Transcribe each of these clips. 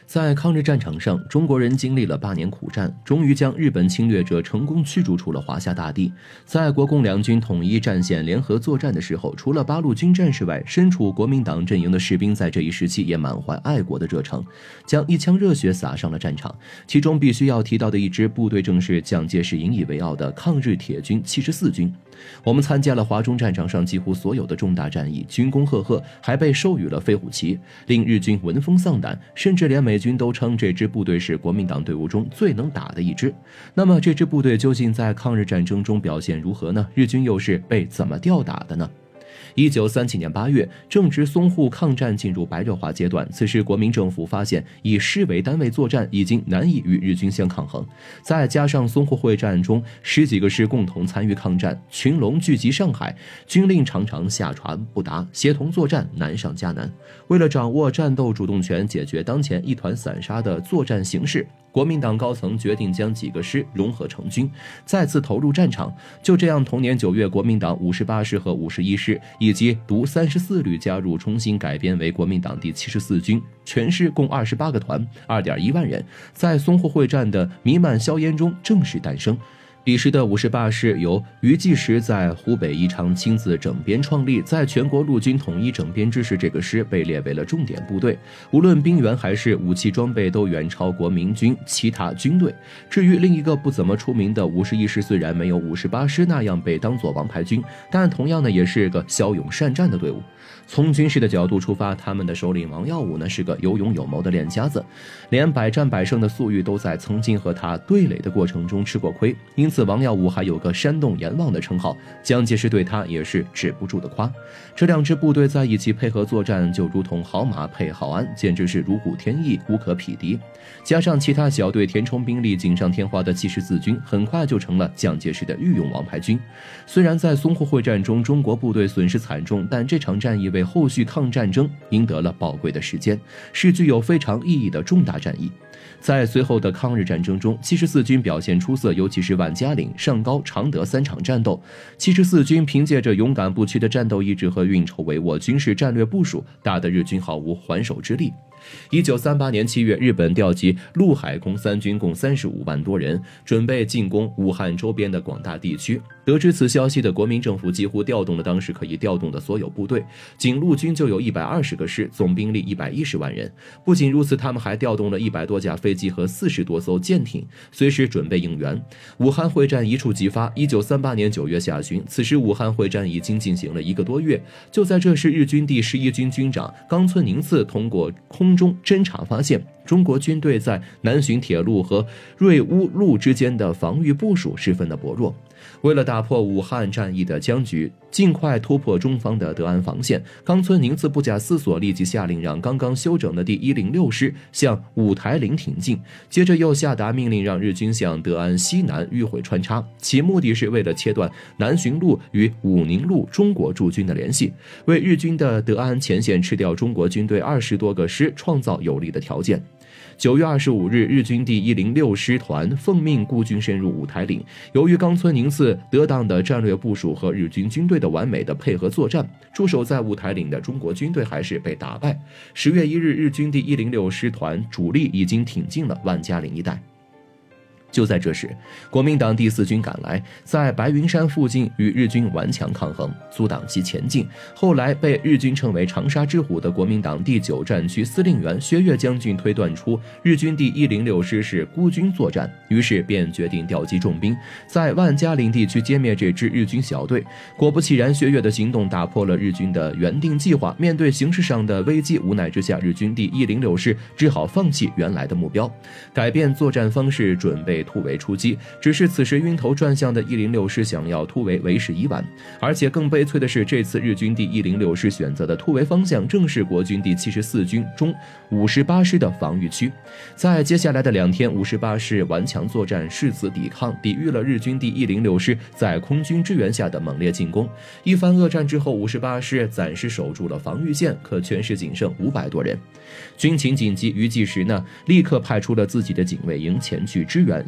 在抗日战场上，中国人经历了8年苦战，终于将日本侵略者成功驱逐出了华夏大地。在国共两军统一战线联合作战的时候，除了八路军战士外，身处国民党阵营的士兵在这一时期也满怀爱国的热诚，将一腔热血洒上了战场。其中必须要提到的一支部队正是蒋介石引以为傲的抗日铁军74军。我们参加了华中战场上几乎所有的重大战役，军功赫赫，还被授予了飞虎旗，令日军闻风丧胆，甚至连美军都称这支部队是国民党队伍中最能打的一支。那么这支部队究竟在抗日战争中表现如何呢？日军又是被怎么吊打的呢？1937年8月，正值淞沪抗战进入白热化阶段，此时国民政府发现以师为单位作战已经难以与日军相抗衡，再加上淞沪会战中10几个师共同参与抗战，群龙聚集上海，军令常常下传不达，协同作战难上加难。为了掌握战斗主动权，解决当前一团散沙的作战形势，国民党高层决定将几个师融合成军，再次投入战场。就这样，同年9月，国民党58师和51师以及独34旅加入，重新改编为国民党第74军，全师共28个团，2.1万人，在淞沪会战的弥漫硝烟中正式诞生。彼时的58师由余继时在湖北宜昌亲自整编创立，在全国陆军统一整编之时，这个师被列为了重点部队，无论兵员还是武器装备都远超国民军其他军队。至于另一个不怎么出名的51师，虽然没有58师那样被当作王牌军，但同样呢也是个骁勇善战的队伍。从军事的角度出发，他们的首领王耀武呢是个有勇有谋的练家子，连百战百胜的粟裕都在曾经和他对垒的过程中吃过亏，因此王耀武还有个山东阎王的称号，蒋介石对他也是止不住的夸。这两支部队在一起配合作战，就如同好马配好鞍，简直是如虎添翼，无可匹敌。加上其他小队填充兵力锦上添花的74军，很快就成了蒋介石的御用王牌军。虽然在淞沪会战中中国部队损失惨重，但这场战役为后续抗战争赢得了宝贵的时间，是具有非常意义的重大战役。在随后的抗日战争中，74军表现出色，尤其是万家岭、上高、常德3场战斗，74军凭借着勇敢不屈的战斗意志和运筹帷幄军事战略部署，打得日军毫无还手之力。1938年7月，日本调集陆海空3军共35万多人，准备进攻武汉周边的广大地区。得知此消息的国民政府几乎调动了当时可以调动的所有部队，仅陆军就有120个师，总兵力110万人。不仅如此，他们还调动了100多架飞机和40多艘舰艇，随时准备应援。武汉会战一触即发。1938年9月下旬，此时武汉会战已经进行了1个多月。就在这时，日军第11军军长冈村宁次通过空中侦察发现，中国军队在南浔铁路和瑞乌路之间的防御部署十分的薄弱。为了打破武汉战役的僵局，尽快突破中方的德安防线，冈村宁次不假思索，立即下令让刚刚休整的第106师向五台岭挺进，接着又下达命令让日军向德安西南迂回穿插，其目的是为了切断南浔路与武宁路中国驻军的联系，为日军的德安前线吃掉中国军队20多个师创造有利的条件。9月25日，日军第106师团奉命孤军深入五台岭。由于冈村宁次得当的战略部署和日军军队的完美的配合作战，驻守在五台岭的中国军队还是被打败。10月1日，日军第106师团主力已经挺进了万家岭一带。就在这时，国民党第4军赶来，在白云山附近与日军顽强抗衡，阻挡其前进。后来被日军称为长沙之虎的国民党第9战区司令员薛岳将军推断出日军第106师是孤军作战，于是便决定调集重兵，在万家岭地区歼灭这支日军小队。果不其然，薛岳的行动打破了日军的原定计划。面对形势上的危机，无奈之下，日军第106师只好放弃原来的目标，改变作战方式，准备突围出击。只是此时晕头转向的106师想要突围为时已晚，而且更悲催的是，这次日军第106师选择的突围方向正是国军第74军中58师的防御区。在接下来的2天，58师顽强作战，誓死抵抗，抵御了日军第106师在空军支援下的猛烈进攻。一番恶战之后，58师暂时守住了防御线，可全师仅剩500多人。军情紧急，余继时呢立刻派出了自己的警卫营前去支援，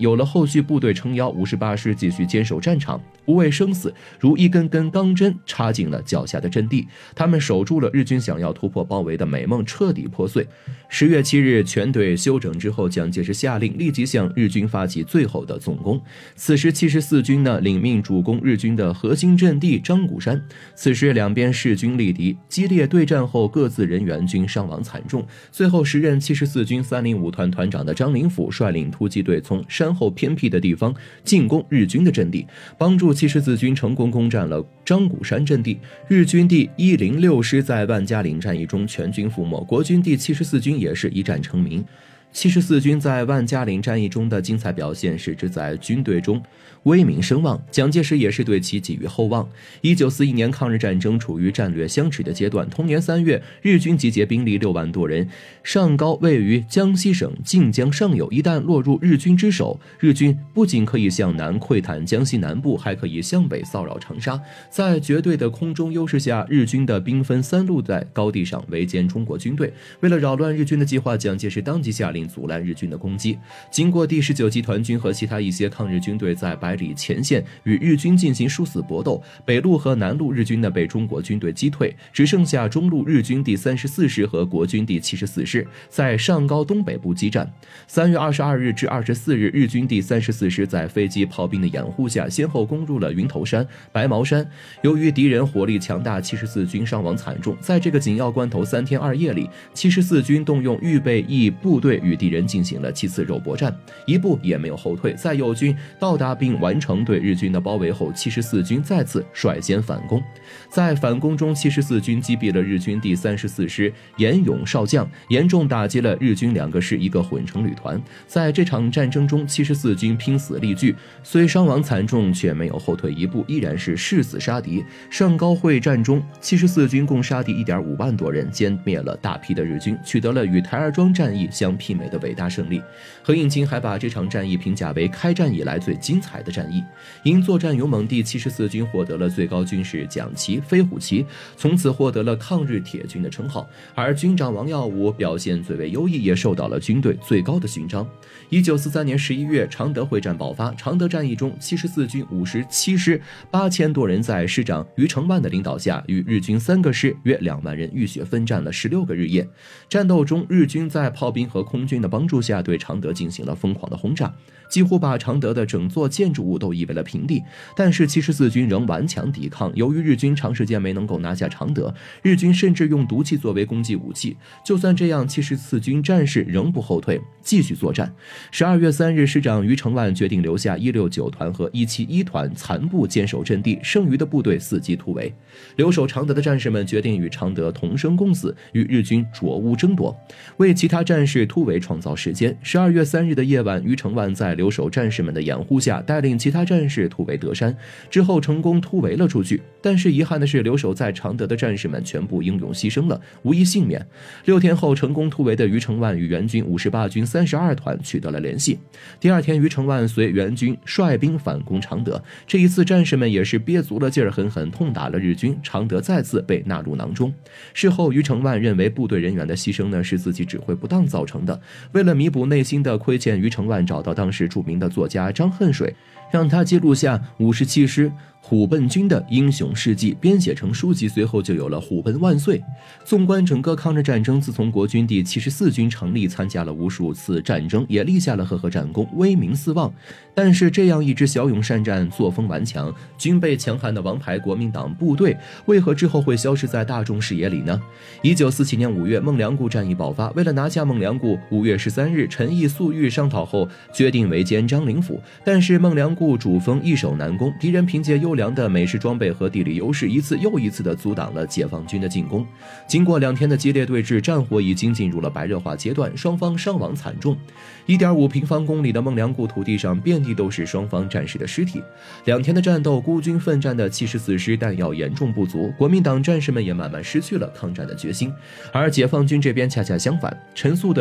有了后续部队撑腰58师继续坚守战场，无畏生死，如一根根钢针插进了脚下的阵地。他们守住了日军想要突破包围的美梦彻底破碎。10月7日，全队休整之后，蒋介石下令立即向日军发起最后的总攻。此时74军呢领命主攻日军的核心阵地张古山。此时两边势均力敌，激烈对战后各自人员均伤亡惨重。最后时任74军305团团长的张灵甫率领突击队从山后偏僻的地方进攻日军的阵地，帮助74军成功攻占了张古山阵地。日军第106师在万家岭战役中全军覆没，国军第74军也是一战成名。74军在万家岭战役中的精彩表现，使之在军队中威名声望，蒋介石也是对其寄予厚望。1941年抗日战争处于战略相持的阶段，同年3月，日军集结兵力6万多人，上高位于江西省靖江上游，一旦落入日军之手，日军不仅可以向南窥探江西南部，还可以向北骚扰长沙。在绝对的空中优势下，日军的兵分3路在高地上围歼中国军队。为了扰乱日军的计划，蒋介石当即下令阻拦日军的攻击。经过第19集团军和其他一些抗日军队在百里前线与日军进行殊死搏斗，北路和南路日军呢被中国军队击退，只剩下中路日军第34师和国军第74师在上高东北部激战。3月22日至24日，日军第34师在飞机炮兵的掩护下，先后攻入了云头山、白毛山。由于敌人火力强大，74军伤亡惨重。在这个紧要关头，3天2夜里，74军动用预备役部队与敌人进行了7次肉搏战，一步也没有后退。在友军到达并完成对日军的包围后，74军再次率先反攻。在反攻中，74军击毙了日军第34师严勇少将，严重打击了日军2个师1个混成旅团。在这场战争中，74军拼死力拒，虽伤亡惨重，却没有后退一步，依然是誓死杀敌。上高会战中，74军共杀敌1.5万多人，歼灭了大批的日军，取得了与台儿庄战役相媲美的伟大胜利。何应钦还把这场战役评价为开战以来最精彩的战役。因作战勇猛，第74军获得了最高军事奖旗飞虎旗，从此获得了抗日铁军的称号。而军长王耀武表现最为优异，也受到了军队最高的勋章。1943年11月，常德会战爆发。常德战役中，74军57师8000多人在师长余承万的领导下，与日军3个师约2万人浴血奋战了16个日夜。战斗中，日军在炮兵和空军的帮助下，对常德进行了疯狂的轰炸，几乎把常德的整座建筑物都夷为了平地。但是74军仍顽强抵抗，由于日军长时间没能够拿下常德，日军甚至用毒气作为攻击武器。就算这样，74军战士仍不后退，继续作战。12月3日，师长余承万决定留下169团和171团残部坚守阵地，剩余的部队伺机突围。留守常德的战士们决定与常德同生共死，与日军啄屋争夺，为其他战士突围创造时间。12月3日的夜晚，余承万在留守战士们的掩护下，带领其他战士突围德山，之后成功突围了出去。但是遗憾的是，留守在常德的战士们全部英勇牺牲了，无一幸免。6天后，成功突围的余承万与援军58军32团取得了联系。第2天，余承万随援军率兵反攻常德。这一次，战士们也是憋足了劲儿，狠狠痛打了日军，常德再次被纳入囊中。事后，余承万认为部队人员的牺牲呢是自己指挥不当造成的。为了弥补内心的亏欠，余承万找到当时著名的作家张恨水，让他记录下57师虎贲军的英雄事迹，编写成书籍，随后就有了《虎贲万岁》。纵观整个抗日战争，自从国军第74军成立，参加了无数次战争，也立下了赫赫战功，威名四望。但是这样一支骁勇善战、作风顽强、军备强悍的王牌国民党部队，为何之后会消失在大众视野里呢？1947年5月，孟良崮战役爆发。为了拿下孟良崮，5月13日，陈毅、粟裕商讨后决定围歼张灵甫。但是孟良崮主峰易守难攻，敌人凭借优良的美式装备和地理优势，一次又一次地阻挡了解放军的进攻。经过2天的激烈对峙，战火已经进入了白热化阶段，双方伤亡惨重。1.5平方公里的孟良崮土地上遍地都是双方战士的尸体。2天的战斗，孤军奋战的74师弹药严重不足，国民党战士们也慢慢失去了抗战的决心。而解放军这边恰恰相反，陈粟的激励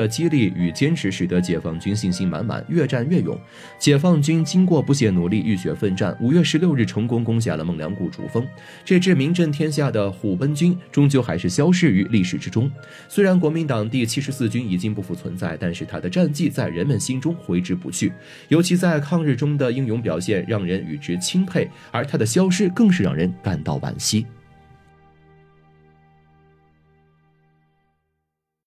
力与坚持使得解放军信心满满，越战越勇。解放军经过不懈努力，浴血奋战，5月16日成功攻下了孟良崮主峰。这支名震天下的虎贲军终究还是消逝于历史之中。虽然国民党第74军已经不复存在，但是他的战绩在人们心中挥之不去，尤其在抗日中的英勇表现让人与之钦佩，而他的消失更是让人感到惋惜。